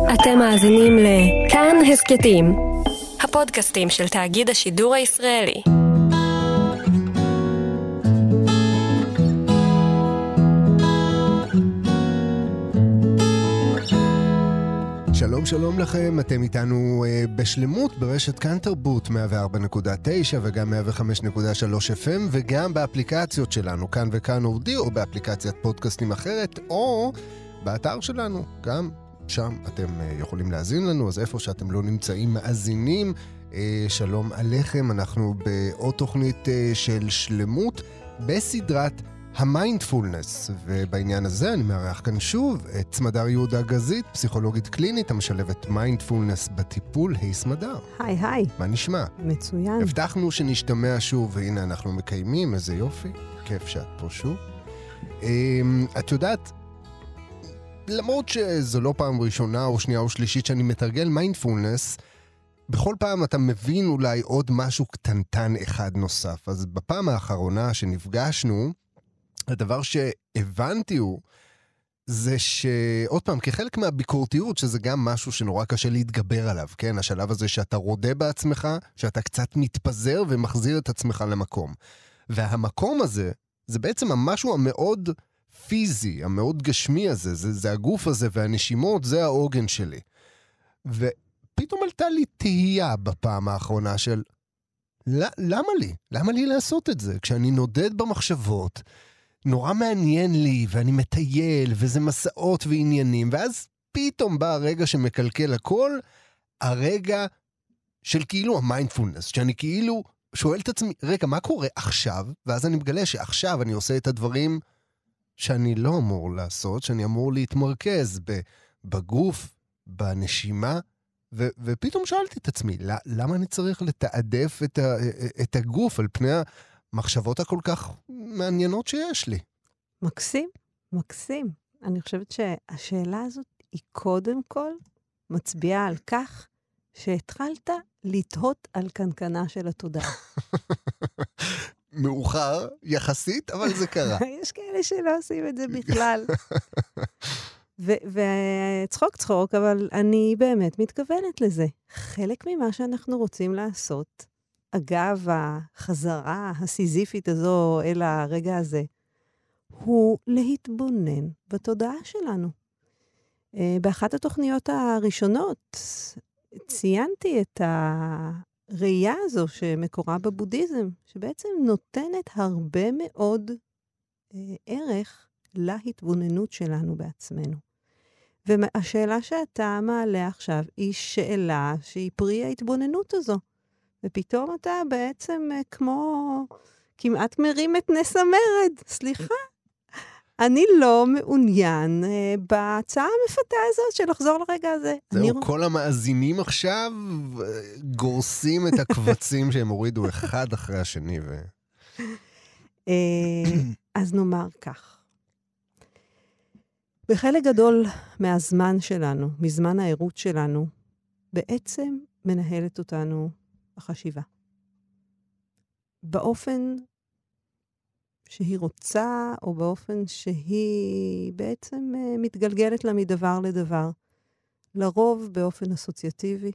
אתם מאזינים לכאן הסקטים, הפודקאסטים של תאגיד השידור הישראלי. שלום שלום לכם, אתם איתנו בשלמות ברשת כאן תרבות 104.9 וגם 105.3 FM וגם באפליקציות שלנו, כאן וכאן אודי, או באפליקציית פודקאסטים אחרת, או באתר שלנו, גם שם אתם יכולים להאזין לנו, אז איפה שאתם לא נמצאים מאזינים, שלום עליכם, אנחנו בעוד תוכנית של שלמות בסדרת המיינדפולנס, ובעניין הזה אני מארח כאן שוב את סמדר יהודה גזית, פסיכולוגית קלינית המשלבת מיינדפולנס בטיפול. היי סמדר. היי היי. מה נשמע? מצוין. הבטחנו שנשתמע שוב, והנה אנחנו מקיימים, איזה יופי, כיף שאת פה שוב. את יודעת, למרות שזו לא פעם ראשונה או שנייה או שלישית שאני מתרגל מיינדפולנס, בכל פעם אתה מבין אולי עוד משהו קטנטן אחד נוסף. אז בפעם האחרונה שנפגשנו, הדבר שהבנתי הוא, זה שעוד פעם, כחלק מהביקורתיות, שזה גם משהו שנורא קשה להתגבר עליו, כן? השלב הזה שאתה רודה בעצמך, שאתה קצת מתפזר ומחזיר את עצמך למקום. והמקום הזה, זה בעצם המשהו המאוד פיזי, המאוד גשמי הזה, זה הגוף הזה והנשימות, זה העוגן שלי. ופתאום עלתה לי תהייה בפעם האחרונה של, למה לי? למה לי לעשות את זה? כשאני נודד במחשבות, נורא מעניין לי, ואני מטייל, וזה מסעות ועניינים, ואז פתאום בא הרגע שמקלקל הכל, הרגע של כאילו המיינדפולנס, שאני כאילו שואל את עצמי, רגע, מה קורה עכשיו? ואז אני מגלה שעכשיו אני עושה את הדברים שאני לא אמור לעשות, שאני אמור להתמרכז בגוף, בנשימה, ופתאום שאלתי את עצמי, למה אני צריך לתעדף את הגוף על פני המחשבות הכל כך מעניינות שיש לי? מקסים, מקסים. אני חושבת שהשאלה הזאת היא קודם כל מצביעה על כך שהתחלת לתהות על קנקנה של התודעה. מאוחר, יחסית, אבל זה קרה. יש כאלה שלא עושים את זה בכלל. וצחוק צחוק, אבל אני באמת מתכוונת לזה. חלק ממה שאנחנו רוצים לעשות, אגב החזרה הסיזיפית הזו אל הרגע הזה, הוא להתבונן בתודעה שלנו. באחת התוכניות הראשונות ציינתי את הראייה הזו שמקורה בבודהיזם, שבעצם נותנת הרבה מאוד ערך להתבוננות שלנו בעצמנו. והשאלה שאתה מעלה עכשיו היא שאלה שהיא פרי ההתבוננות הזו. ופתאום אתה בעצם כמו כמעט מרים את נס המרד. סליחה, אני לא מעוניין בהצעה המפתה הזאת של לחזור לרגע הזה. זהו, כל המאזינים עכשיו גורסים את הקבצים שהם הורידו אחד אחרי השני. אז נאמר כך. בחלק גדול מהזמן שלנו, מזמן העירות שלנו, בעצם מנהלת אותנו החשיבה. באופן שהיא רוצה, או באופן שהיא בעצם מתגלגלת לה מדבר לדבר. לרוב באופן אסוציאטיבי.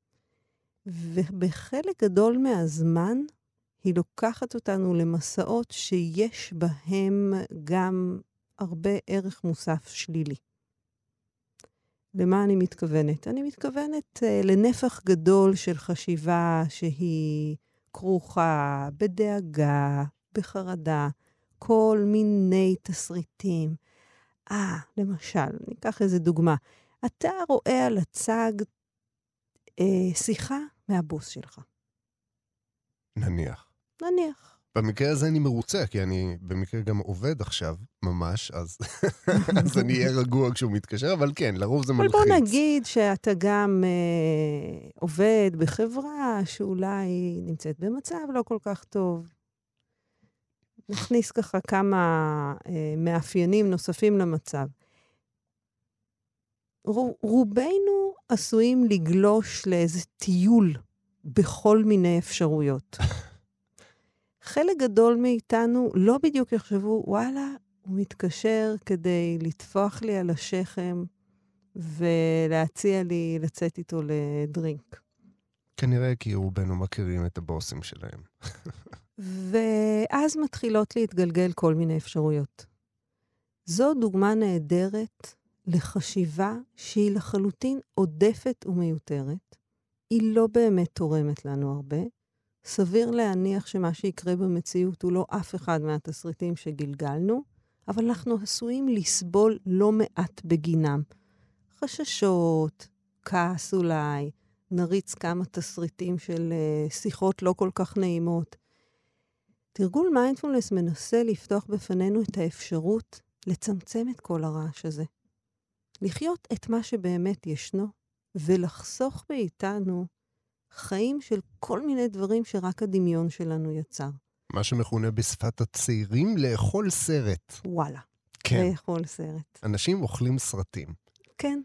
ובחלק גדול מהזמן, היא לוקחת אותנו למסעות שיש בהם גם הרבה ערך מוסף שלילי. למה אני מתכוונת? אני מתכוונת לנפח גדול של חשיבה שהיא כרוכה בדאגה, בחרדה, כל מיני תסריטים. למשל, ניקח איזה דוגמה. אתה רואה על הצג שיחה מהבוס שלך. נניח. במקרה הזה אני מרוצה, כי אני במקרה גם עובד עכשיו, ממש, אז אני אהיה רגוע כשהוא מתקשר, אבל כן, לרוב זה מלחיץ. אבל בוא נגיד שאתה גם עובד בחברה שאולי נמצאת במצב לא כל כך טוב. נכניס ככה כמה מאפיינים נוספים למצב. רובנו עשויים לגלוש לאיזה טיול בכל מיני אפשרויות. חלק גדול מאיתנו לא בדיוק יחשבו, וואלה, הוא מתקשר כדי לטפוח לי על השכם ולהציע לי לצאת איתו לדרינק. כנראה כי רובנו מכירים את הבוסים שלהם. ואז מתחילות להתגלגל כל מיני אפשרויות. זו דוגמה נהדרת לחשיבה שהיא לחלוטין עודפת ומיותרת. היא לא באמת תורמת לנו הרבה. סביר להניח שמה שיקרה במציאות הוא לא אף אחד מהתסריטים שגלגלנו, אבל אנחנו עשויים לסבול לא מעט בגינם. חששות, כעס אולי, נריץ כמה תסריטים של שיחות לא כל כך נעימות. תרגול מיינדפולנס מנסה לפתוח בפנינו את האפשרות לצמצם את כל הרעש הזה. לחיות את מה שבאמת ישנו, ולחסוך מאיתנו חיים של כל מיני דברים שרק הדמיון שלנו יצר. מה שמכונה בשפת הצעירים, לאכול סרט. וואלה. כן. לאכול סרט. אנשים אוכלים סרטים. כן.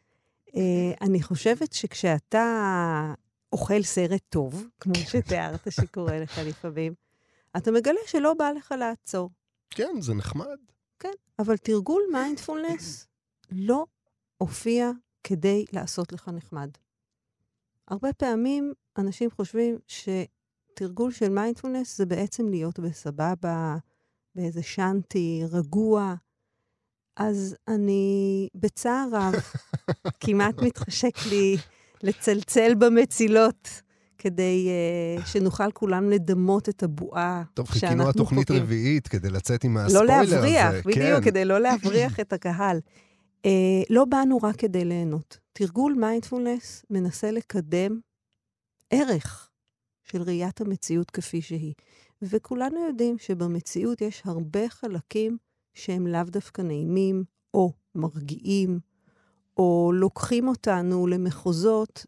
אני חושבת שכשאתה אוכל סרט טוב, כמו שתיארת שקורה לך לפעמים, אתה מגלה שלא בא לך לעצור. כן, זה נחמד. כן, אבל תרגול מיינדפולנס לא הופיע כדי לעשות לך נחמד. הרבה פעמים אנשים חושבים שתרגול של מיינדפולנס זה בעצם להיות בסבבה, באיזה שנטי, רגוע. אז אני בצער רב כמעט מתחשק לי לצלצל במצילות, כדי שנוכל כולם לדמות את הבועה טוב, חיכינו התוכנית רביעית כדי לצאת עם הספוילר לא הזה. להבריח, בדיוק, כן. כדי לא להבריח את הקהל. לא באנו רק כדי ליהנות. תרגול מיינדפולנס מנסה לקדם ערך של ראיית המציאות כפי שהיא. וכולנו יודעים שבמציאות יש הרבה חלקים שהם לאו דווקא נעימים, או מרגיעים, או לוקחים אותנו למחוזות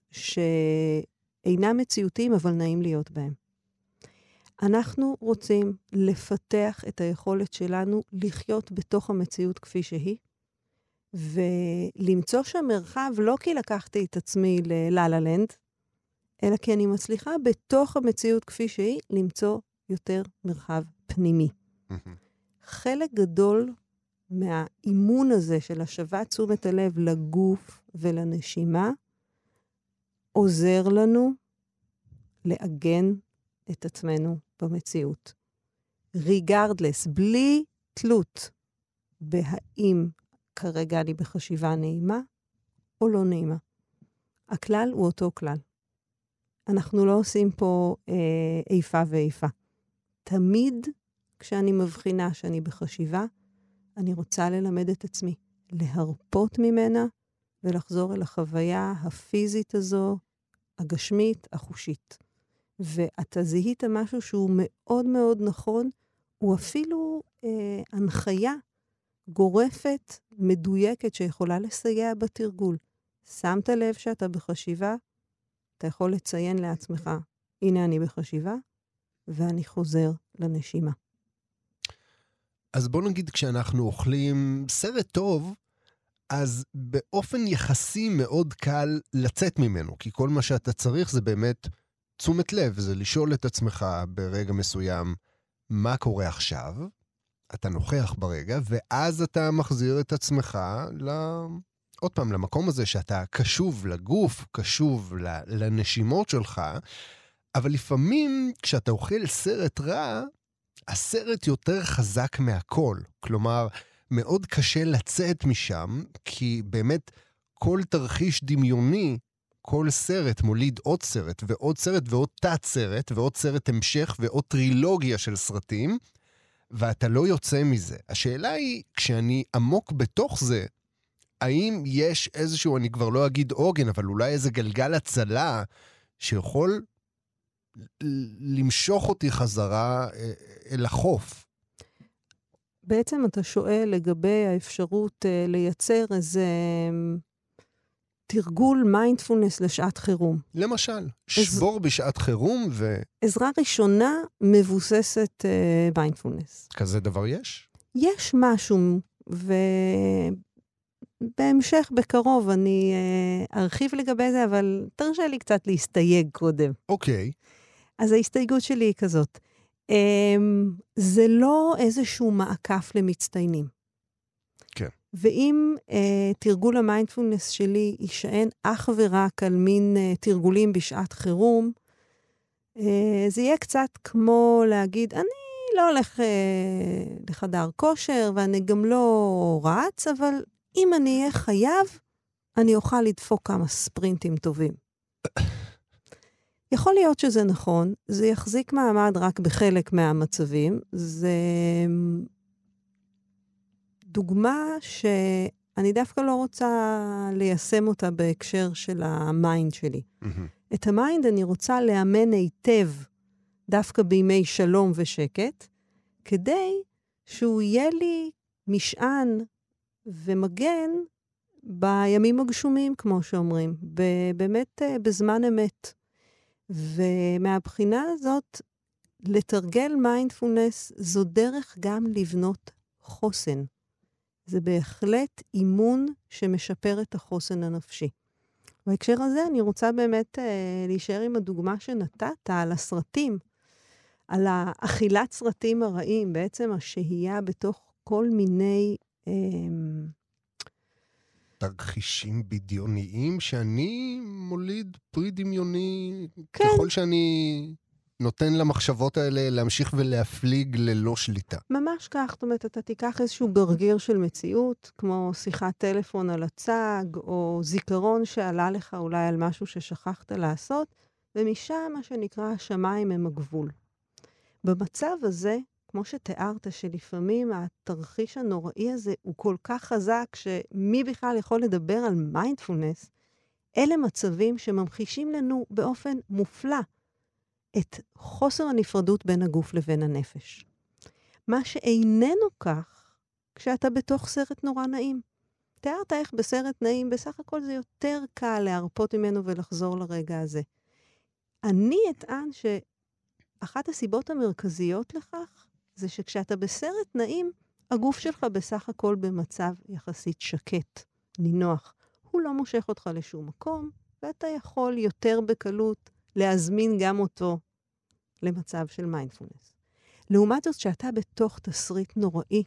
שאינם מציאותיים, אבל נעים להיות בהם. אנחנו רוצים לפתח את היכולת שלנו לחיות בתוך המציאות כפי שהיא, ולמצוא שם מרחב לא כי לקחתי את עצמי ללה-לה-לנד, אלא כי אני מצליחה בתוך המציאות כפי שהיא למצוא יותר מרחב פנימי. חלק גדול מהאימון הזה של השבת תשומת הלב לגוף ולנשימה, עוזר לנו לעגן את עצמנו במציאות. regardless, בלי תלות בהאם כרגע אני בחשיבה נעימה או לא נעימה. הכלל הוא אותו כלל. אנחנו לא עושים פה איפה ואיפה. תמיד כשאני מבחינה שאני בחשיבה, אני רוצה ללמד את עצמי, להרפות ממנה ולחזור אל החוויה הפיזית הזו, הגשמית, החושית. ואתה זיהית משהו שהוא מאוד מאוד נכון, הוא אפילו הנחיה גורפת, מדויקת, שיכולה לסייע בתרגול. שמת לב שאתה בחשיבה, אתה יכול לציין לעצמך, הנה אני בחשיבה, ואני חוזר לנשימה. אז בוא נגיד, כשאנחנו אוכלים סרט טוב, אז באופן יחסי מאוד קל לצאת ממנו, כי כל מה שאתה צריך זה באמת תשומת לב, זה לשאול את עצמך ברגע מסוים, מה קורה עכשיו? אתה נוכח ברגע, ואז אתה מחזיר את עצמך עוד פעם, למקום הזה שאתה קשוב לגוף, קשוב לנשימות שלך, אבל לפעמים כשאתה אוכל סרט רע, הסרט יותר חזק מהכל. כלומר, מאוד קשה לצאת משם, כי באמת כל תרחיש דמיוני, כל סרט מוליד עוד סרט, ועוד סרט, ועוד תת סרט, ועוד סרט המשך, ועוד טרילוגיה של סרטים, ואתה לא יוצא מזה. השאלה היא, כשאני עמוק בתוך זה, האם יש איזשהו, אני כבר לא אגיד עוגן, אבל אולי איזה גלגל הצלה, שיכול למשוך אותי חזרה אל החוף? בעצם אתה שואל לגבי האפשרות לייצר איזה תרגול מיינדפולנס לשעת חירום. למשל, שבור בשעת חירום עזרה ראשונה מבוססת מיינדפולנס. כזה דבר יש? יש משהו, בהמשך בקרוב אני ארחיב לגבי זה, אבל תרשה לי קצת להסתייג קודם. אוקיי. אז ההסתייגות שלי היא כזאת. זה לא איזשהו מעקף למצטיינים. כן. ואם תרגול המיינדפולנס שלי יישען אך ורק על מין תרגולים בשעת חירום, זה יהיה קצת כמו להגיד, אני לא הולך לחדר כושר, ואני גם לא רץ, אבל אם אני אהיה חייב, אני אוכל לדפוק כמה ספרינטים טובים. יכול להיות שזה נכון, זה יחזיק מעמד רק בחלק מהמצבים, זה דוגמה שאני דווקא לא רוצה ליישם אותה בהקשר של המיינד שלי. את המיינד אני רוצה לאמן היטב, דווקא בימי שלום ושקט, כדי שהוא יהיה לי משען ומגן בימים הגשומים, כמו שאומרים, באמת בזמן אמת. ומהבחינה הזאת, לתרגל מיינדפולנס זו דרך גם לבנות חוסן. זה בהחלט אימון שמשפר את החוסן הנפשי. בהקשר הזה אני רוצה באמת להישאר עם הדוגמה שנתת על הסרטים, על האכילת סרטים הרעים, בעצם השהייה בתוך כל מיני תרחישים בדיוניים שאני מוליד פרי דמיוני, כן. ככל שאני נותן למחשבות האלה להמשיך ולהפליג ללא שליטה. ממש כך, זאת אומרת, אתה תיקח איזשהו גרגיר של מציאות, כמו שיחת טלפון על הצג, או זיכרון שעלה לך אולי על משהו ששכחת לעשות, ומשם מה שנקרא השמיים הם הגבול. במצב הזה, כמו שתיארת שלפעמים התרחיש הנוראי הזה הוא כל כך חזק, שמי בכלל יכול לדבר על מיינדפולנס, אלה מצבים שממחישים לנו באופן מופלא את חוסר הנפרדות בין הגוף לבין הנפש. מה שאיננו כך כשאתה בתוך סרט נורא נעים. תיארת איך בסרט נעים, בסך הכל זה יותר קל להרפות ממנו ולחזור לרגע הזה. אני אטען שאחת הסיבות המרכזיות לכך, זה שכשאתה בסרט נעים, הגוף שלך בסך הכל במצב יחסית שקט, נינוח. הוא לא מושך אותך לשום מקום, ואתה יכול יותר בקלות להזמין גם אותו למצב של מיינדפולנס. לעומת זאת, שאתה בתוך תסריט נוראי,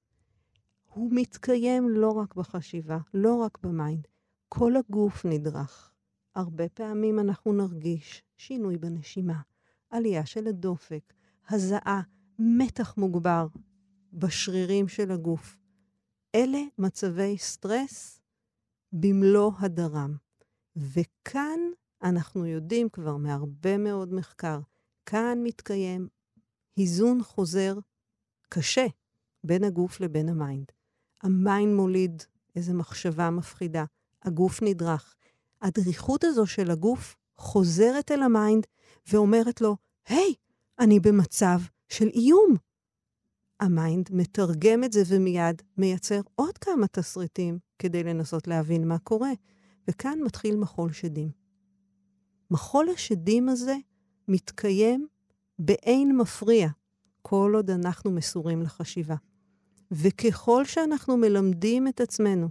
הוא מתקיים לא רק בחשיבה, לא רק במיינד. כל הגוף נדרך. הרבה פעמים אנחנו נרגיש שינוי בנשימה, עלייה של הדופק, הזעה, מתח מוגבר בשרירים של הגוף. אלה מצבי סטרס במלוא הדרם. וכאן אנחנו יודעים כבר מהרבה מאוד מחקר, כאן מתקיים היזון חוזר קשה בין הגוף לבין המיינד. המיינד מוליד איזו מחשבה מפחידה, הגוף נדרך. הדריכות הזו של הגוף חוזרת אל המיינד ואומרת לו, היי, אני במצב של איום. המיינד מתרגם את זה ומיד מייצר עוד כמה תסריטים כדי לנסות להבין מה קורה. וכאן מתחיל מחול שדים. מחול השדים הזה מתקיים באין מפריע, כל עוד אנחנו מסורים לחשיבה. וככל שאנחנו מלמדים את עצמנו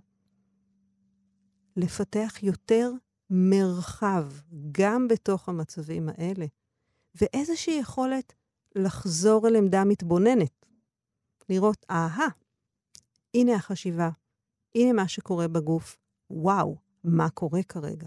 לפתח יותר מרחב, גם בתוך המצבים האלה, ואיזושהי יכולת לחזור אל עמדה מתבוננת, לראות, הנה החשיבה, הנה מה שקורה בגוף, וואו, מה קורה כרגע.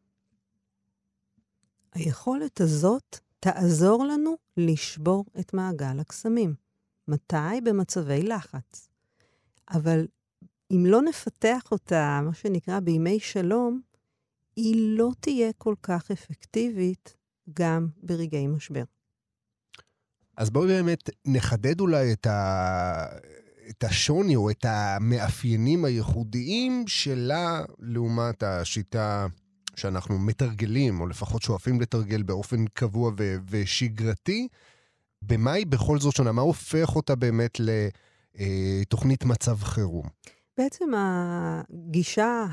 היכולת הזאת תעזור לנו לשבור את מעגל הקסמים. מתי? במצבי לחץ. אבל אם לא נפתח אותה, מה שנקרא בימי שלום, היא לא תהיה כל כך אפקטיבית גם ברגעי משבר. אז בואו באמת נחדד אולי את השוני או את המאפיינים הייחודיים שלה לעומת השיטה שאנחנו מתרגלים, או לפחות שואפים לתרגל באופן קבוע ושגרתי. במה היא בכל זאת שונה? מה הופך אותה באמת לתוכנית מצב חירום? בעצם הגישה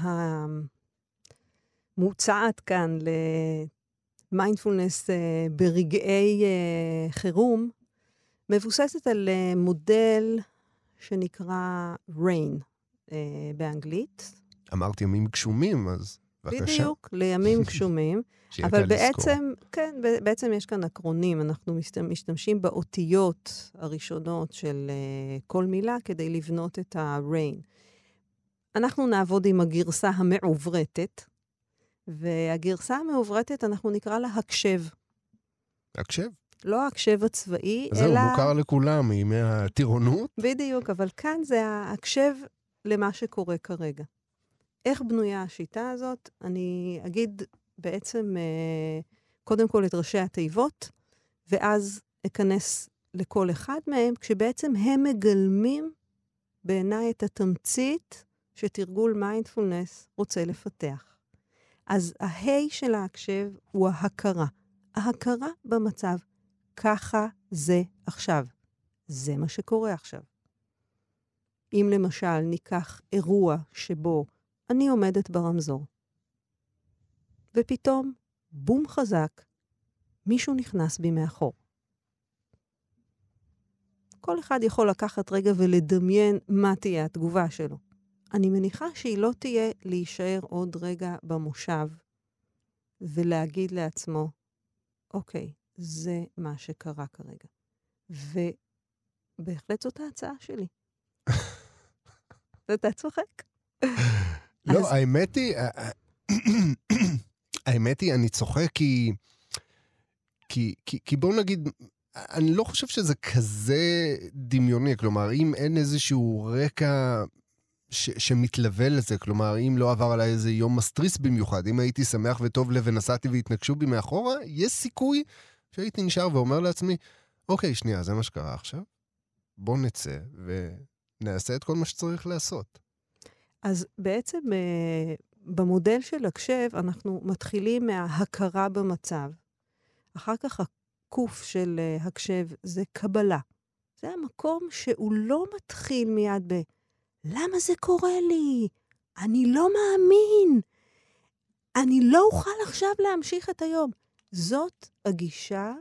המוצעת כאן למיינדפולנס ברגעי חירום, מבוססת על מודל שנקרא RAIN באנגלית. אמרתי ימים גשומים, אז בבקשה. בדיוק, לימים גשומים. אבל בעצם, כן, בעצם יש כאן אקרונים. אנחנו משתמשים באותיות הראשונות של כל מילה כדי לבנות את ה-RAIN. אנחנו נעבוד עם הגרסה המעוברתת, והגרסה המעוברתת אנחנו נקרא לה הקשב. הקשב? לא הקשב הצבאי, זהו, אלא... מוכר לכולם, מימי הטירונות. בדיוק, אבל כאן זה הקשב למה שקורה כרגע. איך בנויה השיטה הזאת? אני אגיד בעצם קודם כל את ראשי התיבות, ואז אכנס לכל אחד מהם, כשבעצם הם מגלמים בעיניי את התמצית שתרגול מיינדפולנס רוצה לפתח. אז ההי של ההקשב הוא ההכרה. ההכרה במצב. ככה זה עכשיו. זה מה שקורה עכשיו. אם למשל ניקח אירוע שבו אני עומדת ברמזור, ופתאום, בום חזק, מישהו נכנס בי מאחור. כל אחד יכול לקחת רגע ולדמיין מה תהיה התגובה שלו. אני מניחה שהיא לא תהיה להישאר עוד רגע במושב, ולהגיד לעצמו, אוקיי, זה מה שקרה כרגע. ובהחלט זאת ההצעה שלי. ואתה צוחק. לא, האמת היא, אני צוחק כי בואו נגיד, אני לא חושב שזה כזה דמיוני, כלומר, אם אין איזשהו רקע שמתלווה לזה, כלומר, אם לא עבר עליי איזה יום מסטריס במיוחד, אם הייתי שמח וטוב לב ונסעתי והתנגשו בי מאחורה, יש סיכוי שהייתי נשאר ואומר לעצמי, אוקיי, שנייה, זה מה שקרה עכשיו, בואו נצא ונעשה את כל מה שצריך לעשות. אז בעצם במודל של הקשב, אנחנו מתחילים מההכרה במצב. אחר כך הקוף של הקשב זה קבלה. זה המקום שהוא לא מתחיל מיד למה זה קורה לי? אני לא מאמין. אני לא אוכל עכשיו להמשיך את היום. זאת הגישה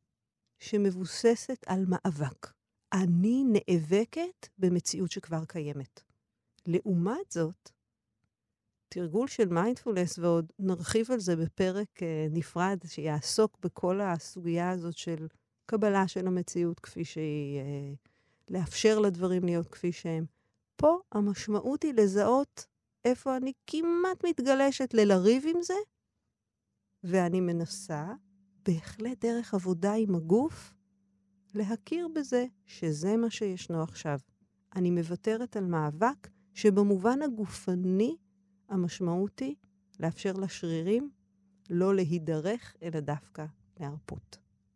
שמבוססת על מאבק. אני נאבקת במציאות שכבר קיימת. לעומת זאת, תרגול של מיינדפולנס, ועוד נרחיב על זה בפרק נפרד, שיעסוק בכל הסוגיה הזאת של קבלה של המציאות כפי שהיא, לאפשר לדברים להיות כפי שהם. פה המשמעות היא לזהות איפה אני כמעט מתגלשת ללריב עם זה, ואני מנסה, בהחלט דרך עבודה עם הגוף, להכיר בזה שזה מה שישנו עכשיו. אני מוותרת על מאבק שבמובן הגופני המשמעות היא לאפשר לשרירים לא להידרך אלא דווקא להרפות.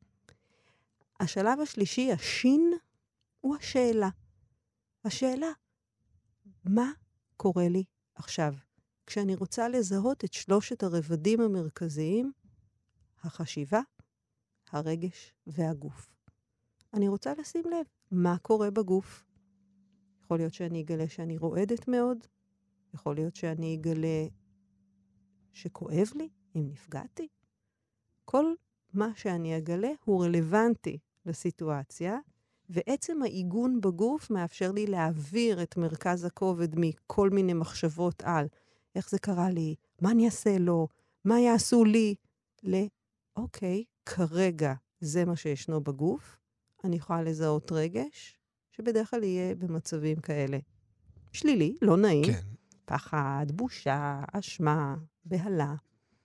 השלב השלישי, השין, הוא השאלה. השאלה, מה קורה לי עכשיו? כשאני רוצה לזהות את שלושת הרבדים המרכזיים, החשיבה, הרגש והגוף. אני רוצה לשים לב מה קורה בגוף. יכול להיות שאני אגלה שאני רועדת מאוד, יכול להיות שאני אגלה שכואב לי, אם נפגעתי. כל מה שאני אגלה הוא רלוונטי לסיטואציה, ועצם העיגון בגוף מאפשר לי להעביר את מרכז הכובד מכל מיני מחשבות על איך זה קרה לי, מה אני אעשה לו, מה יעשו לי, אוקיי, כרגע זה מה שישנו בגוף, אני יכולה לזהות רגש, שבדרך כלל יהיה במצבים כאלה שלילי, לא נעים, כן. פחד, בושה, אשמה, בהלה.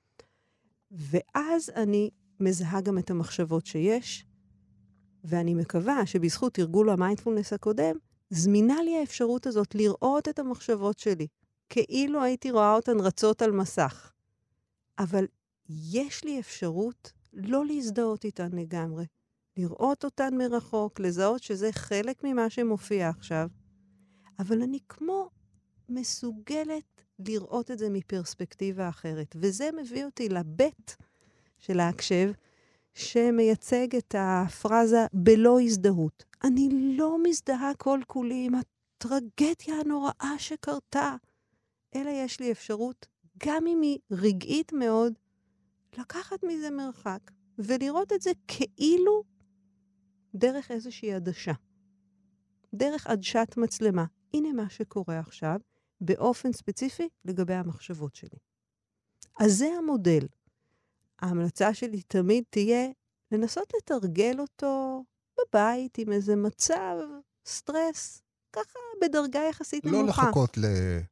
ואז אני מזהה גם את המחשבות שיש, ואני מקווה שבזכות תרגול המיינדפולנס הקודם, זמינה לי האפשרות הזאת לראות את המחשבות שלי, כאילו הייתי רואה אותן רצות על מסך. אבל יש לי אפשרות לא להזדהות איתן לגמרי, לראות אותן מרחוק, לזהות שזה חלק ממה שמופיע עכשיו, אבל אני כמו מסוגלת לראות את זה מפרספקטיבה אחרת. וזה מביא אותי לבית של ההקשב, שמייצג את הפרזה בלא הזדהות. אני לא מזדהה כל כולי עם הטרגדיה הנוראה שקרתה, אלא יש לי אפשרות, גם אם היא רגעית מאוד, לקחת מזה מרחק, ולראות את זה כאילו דרך איזושהי עדשה. דרך עדשת מצלמה. הנה מה שקורה עכשיו, באופן ספציפי לגבי המחשבות שלי. אז זה המודל. ההמלצה שלי תמיד תהיה לנסות לתרגל אותו בבית עם איזה מצב, סטרס, ככה בדרגה יחסית נמוכה. לא לחכות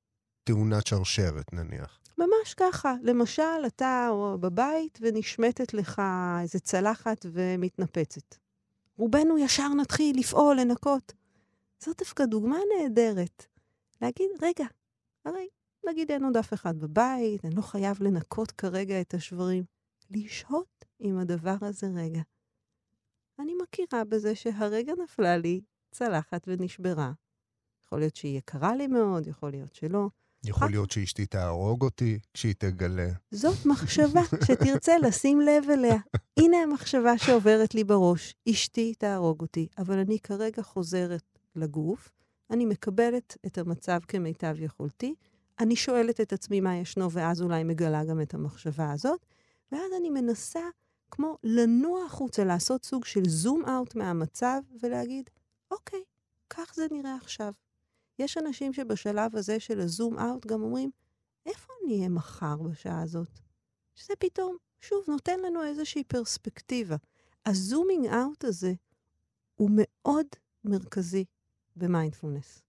תאונת שרשרת, נניח. ממש ככה. למשל, אתה בבית ונשמטת לך איזה צלחת ומתנפצת. רובנו ישר נתחיל לפעול, לנקות. זאת דווקא דוגמה נהדרת. להגיד, רגע, הרי נגיד אין עוד אף אחד בבית, אני לא חייב לנקות כרגע את השברים. לשהות עם הדבר הזה רגע. אני מכירה בזה שהרגע נפלה לי צלחת ונשברה. יכול להיות שהיא יקרה לי מאוד, יכול להיות שלא. יכול להיות שאשתי תהרוג אותי כשהיא תגלה. זאת מחשבה שתרצה לשים לב אליה. הנה המחשבה שעוברת לי בראש. אשתי תהרוג אותי, אבל אני כרגע חוזרת לגוף, אני מקבלת את המצב כמיטב יכולתי, אני שואלת את עצמי מה ישנו, ואז אולי מגלה גם את המחשבה הזאת, ואז אני מנסה כמו לנוע החוצה, לעשות סוג של זום אאוט מהמצב, ולהגיד, אוקיי, כך זה נראה עכשיו. יש אנשים שבשלב הזה של הזום אאוט גם אומרים, איפה אני אהיה מחר בשעה הזאת? שזה פתאום, שוב, נותן לנו איזושהי פרספקטיבה. הזומינג אאוט הזה הוא מאוד מרכזי במיינדפולנס.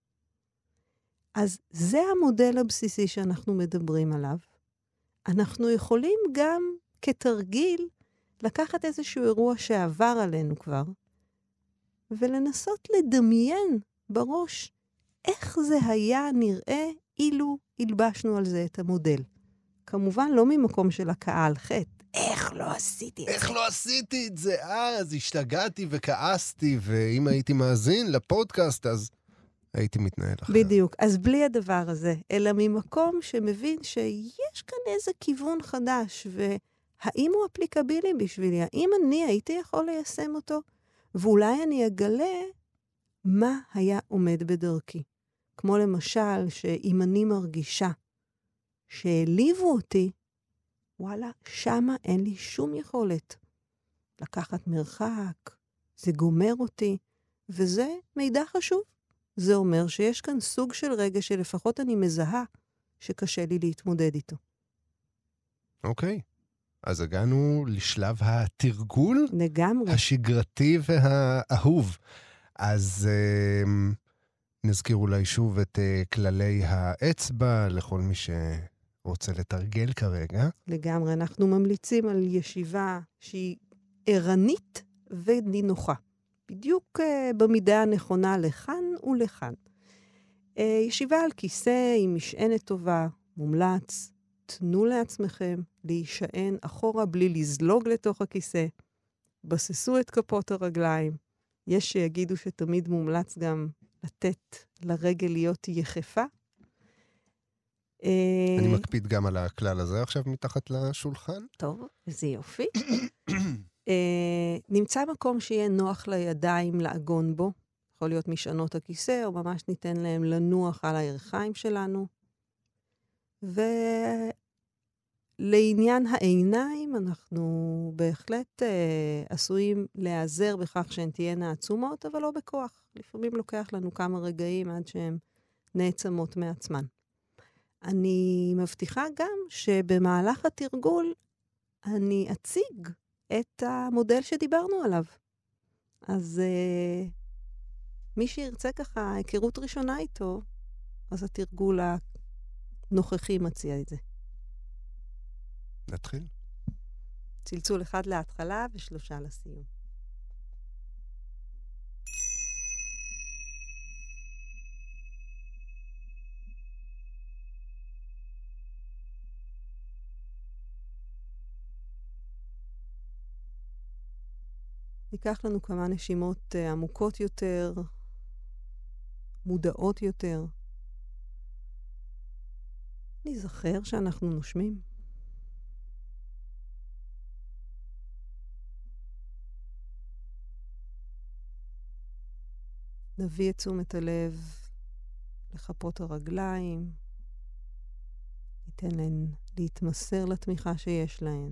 אז זה המודל הבסיסי שאנחנו מדברים עליו. אנחנו יכולים גם כתרגיל לקחת איזשהו אירוע שעבר עלינו כבר, ולנסות לדמיין בראש איך זה היה נראה אילו הלבשנו על זה את המודל. כמובן לא ממקום של הקהל, חטא. איך לא עשיתי את זה? איך לא עשיתי את זה? אז השתגעתי וכעסתי, ואם הייתי מאזין לפודקאסט, אז הייתי מתנהל אחר. בדיוק. אז בלי הדבר הזה, אלא ממקום שמבין שיש כאן איזה כיוון חדש, והאם הוא אפליקבילי בשבילי? האם אני הייתי יכול ליישם אותו? ואולי אני אגלה מה היה עומד בדרכי. כמו למשל, שאם אני מרגישה שהעליבו אותי, וואלה, שמה אין לי שום יכולת לקחת מרחק, זה גומר אותי, וזה מידע חשוב. זה אומר שיש כאן סוג של רגע שלפחות אני מזהה שקשה לי להתמודד איתו. אוקיי. אז הגענו לשלב התרגול. לגמרי. השגרתי והאהוב. אז נזכיר אולי שוב את כללי האצבע לכל מי שרוצה לתרגל כרגע. לגמרי. אנחנו ממליצים על ישיבה שהיא ערנית ונינוחה. בדיוק במידה הנכונה לכאן ולכאן. ישיבה על כיסא עם משענת טובה, מומלץ. תנו לעצמכם להישען אחורה בלי לזלוג לתוך הכיסא. בססו את כפות הרגליים. יש שיגידו שתמיד מומלץ גם לתת לרגל להיות יחפה. אני מקפיד גם על הכלל הזה עכשיו מתחת לשולחן. טוב, זה יופי. נמצא מקום שיהיה נוח לידיים לעגון בו. יכול להיות משענות הכיסא, או ממש ניתן להם לנוח על הירכיים שלנו. ולעניין העיניים, אנחנו בהחלט עשויים להיעזר בכך שהן תהיינה עצומות, אבל לא בכוח. לפעמים לוקח לנו כמה רגעים עד שהן נעצמות מעצמן. אני מבטיחה גם שבמהלך התרגול אני אציג את המודל שדיברנו עליו. אז מי שירצה ככה היכרות ראשונה איתו, אז התרגול הנוכחי מציע את זה. נתחיל. צלצול 1 להתחלה ו3 לסיום. ניקח לנו כמה נשימות עמוקות יותר, מודעות יותר. נזכר שאנחנו נושמים. נביא את תשומת הלב לכפות הרגליים. ניתן להן להתמסר לתמיכה שיש להן.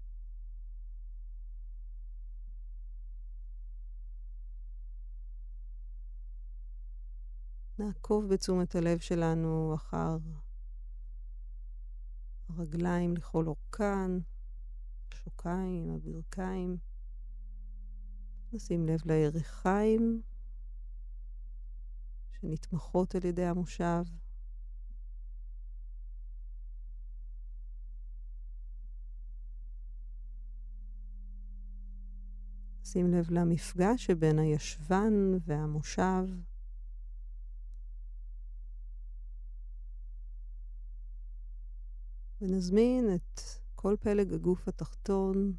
נעקוב בתשומת הלב שלנו אחר הרגליים לכל אורכן, השוקיים, הברכיים. נשים לב לירכיים שנתמכות על ידי המושב. שים לב למפגש שבין הישבן והמושב. ונזמין את כל פלג הגוף התחתון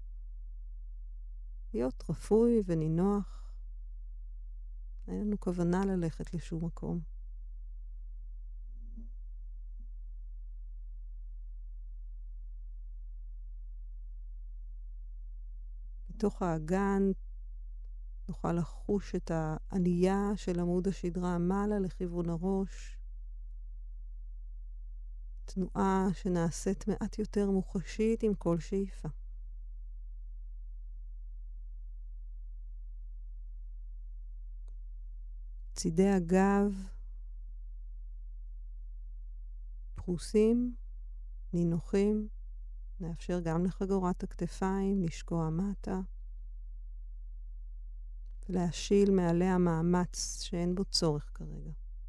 להיות רפוי ונינוח. אין לנו כוונה ללכת לשום מקום. בתוך האגן נוכל לחוש את העלייה של עמוד השדרה מעלה לכיוון הראש. תנועה שנעשית מעט יותר מוחשית עם כל שאיפה. צידי הגב פרוסים, נינוחים. נאפשר גם לחגורת הכתפיים לשקוע מטה. ולהשיל מעליה מאמץ שאין בו צורך כרגע.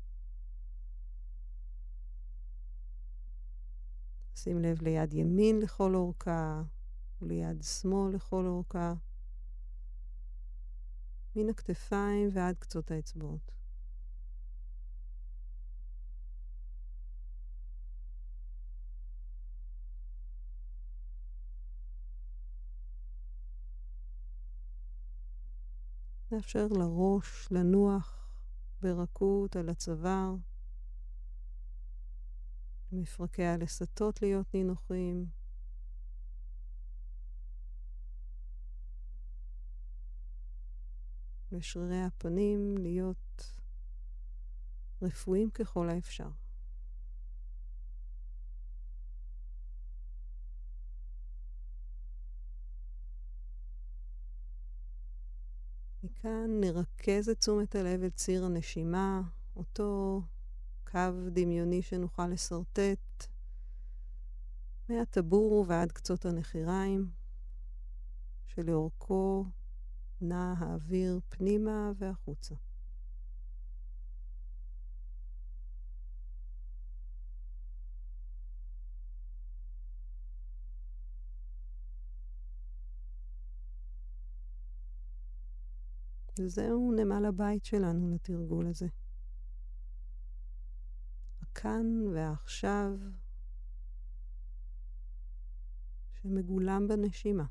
שים לב ליד ימין לכל אורכה, וליד שמאל לכל אורכה. מן הכתפיים ועד קצות האצבעות. נאפשר לראש לנוח ברכות על הצוואר. מפרקי הלסתות להיות נינוחים. ושרירי הפנים להיות רפואיים ככל האפשר. מכאן נרכז את תשומת הלב אל ציר הנשימה, אותו קו דמיוני שנוכל לסרטט מהטבור ועד קצות הנחיריים, שלאורכו נע האוויר פנימה והחוצה. וזהו נמל הבית שלנו לתרגול הזה. הכאן והעכשיו שמגולם בנשימה.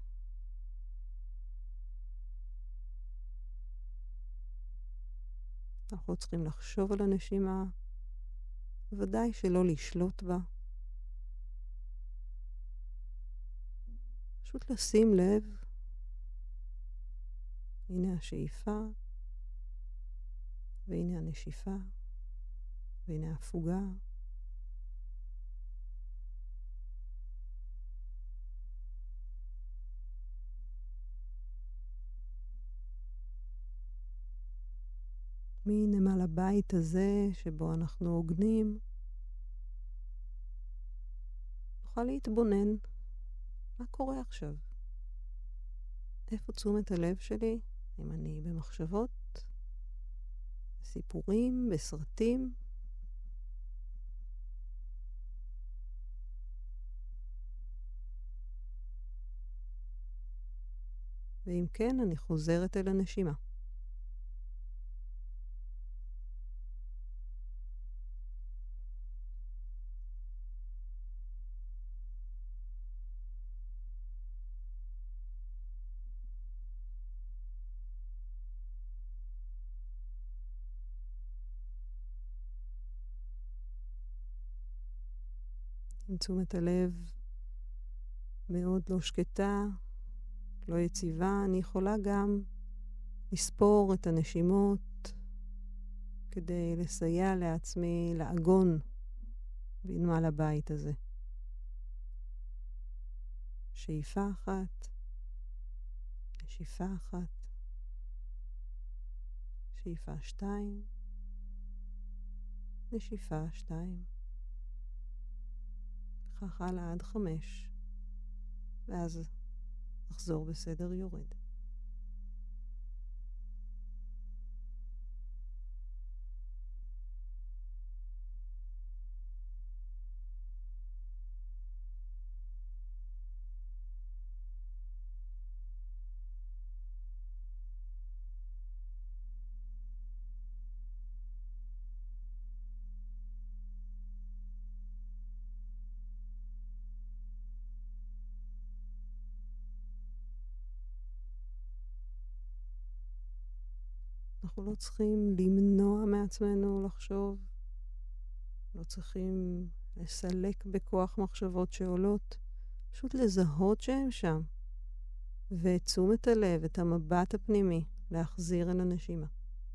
אנחנו צריכים לחשוב על הנשימה, ודאי שלא לשלוט בה. פשוט לשים לב. הנה השאיפה, והנה הנשיפה, והנה ההפוגה. מנמל הבית הזה שבו אנחנו עוגנים, נוכל להתבונן מה קורה עכשיו. איפה תשומת הלב שלי? אם אני במחשבות, בסיפורים, בסרטים. ואם כן, אני חוזרת אל הנשימה. עם תשומת הלב מאוד לא שקטה, לא יציבה, אני יכולה גם לספור את הנשימות כדי לסייע לעצמי לעגון בנמל הבית הזה. שאיפה אחת, נשיפה אחת, שאיפה 2, נשיפה 2. וכך הלאה עד 5, ואז נחזור בסדר יורד. אנחנו לא צריכים למנוע מעצמנו לחשוב, לא צריכים לסלק בכוח מחשבות שעולות, פשוט לזהות שהם שם, ואת תשומת הלב, את המבט הפנימי, להחזיר אל הנשימה.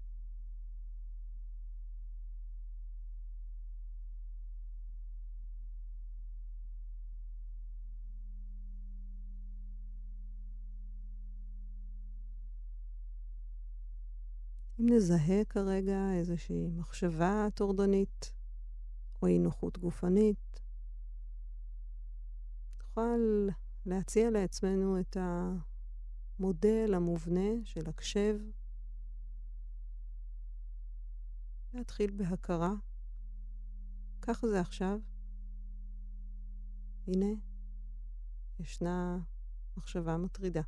אם נזהה כרגע איזושהי מחשבה טורדנית או אי נוחות גופנית, נוכל להציע לעצמנו את המודל המובנה של הקשב, להתחיל בהכרה. ככה זה עכשיו. הנה, ישנה מחשבה מטרידה.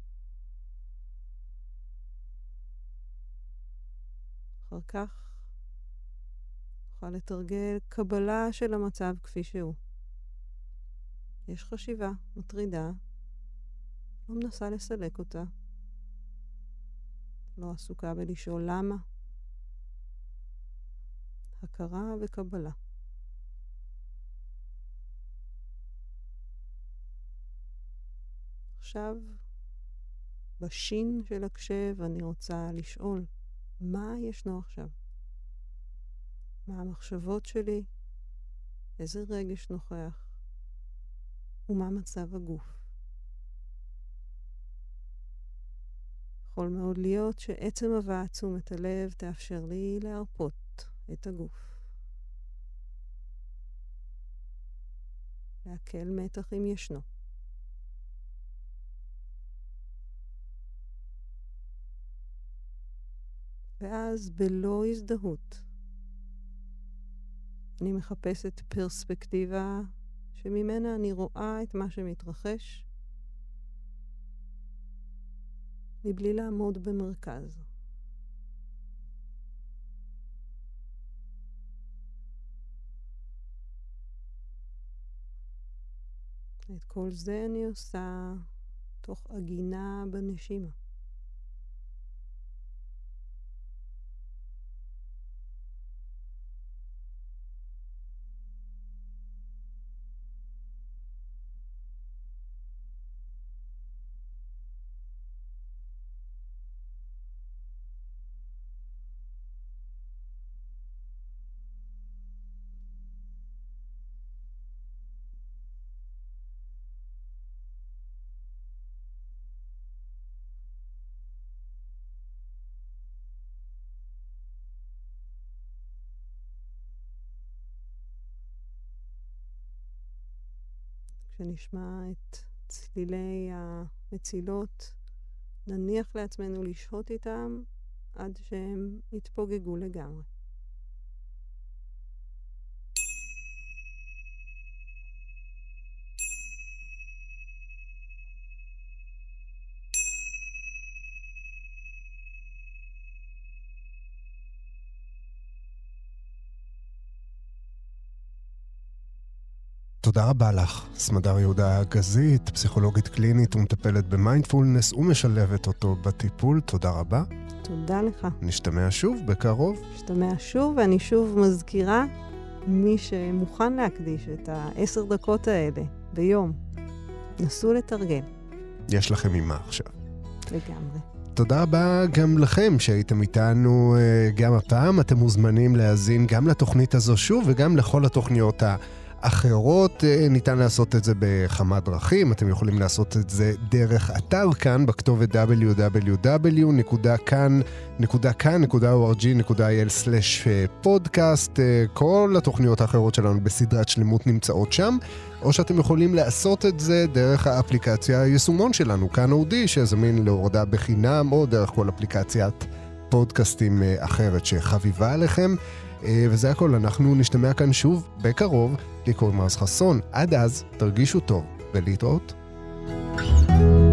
אחר כך נוכל לתרגל קבלה של המצב כפי שהוא. יש חשיבה מטרידה, לא מנסה לסלק אותה, לא עסוקה בלשאול למה. הכרה וקבלה. עכשיו, בשין של הקשב אני רוצה לשאול, מה ישנו עכשיו? מה המחשבות שלי? איזה רגש נוכח? ומה מצב הגוף? יכול מאוד להיות שעצם הבאת תשומת הלב תאפשר לי להרפות את הגוף. להקל מתח אם ישנו. ואז בלא הזדהות אני מחפשת פרספקטיבה שממנה אני רואה את מה שמתרחש מבלי לעמוד במרכז. את כל זה אני עושה תוך עגינה בנשימה. כשנשמע את צלילי המצילות, נניח לעצמנו לשהות איתם עד שהם יתפוגגו לגמרי. תודה רבה לך, סמדר יהודה גזית, פסיכולוגית קלינית ומטפלת במיינדפולנס ומשלבת אותו בטיפול. תודה רבה. תודה לך. נשתמע שוב בקרוב. נשתמע שוב, ואני שוב מזכירה, מי שמוכן להקדיש את 10 דקות האלה ביום, נסו לתרגל. יש לכם ממה עכשיו. לגמרי. תודה רבה גם לכם שהייתם איתנו גם הפעם. אתם מוזמנים להאזין גם לתוכנית הזו שוב וגם לכל התוכניות אחרות. ניתן לעשות את זה בכמה דרכים. אתם יכולים לעשות את זה דרך אתר כאן בכתובת www.kan.org.il/podcast. כל התוכניות האחרות שלנו בסדרת שלמות נמצאות שם, או שאתם יכולים לעשות את זה דרך האפליקציה היישומון שלנו, כאן אודי, שזמין להורדה בחינם, או דרך כל אפליקציית פודקאסטים אחרת שחביבה עליכם. וזה הכל, אנחנו נשתמע כאן שוב בקרוב. לי קוראים רז חסון. עד אז, תרגישו טוב ולהתראות.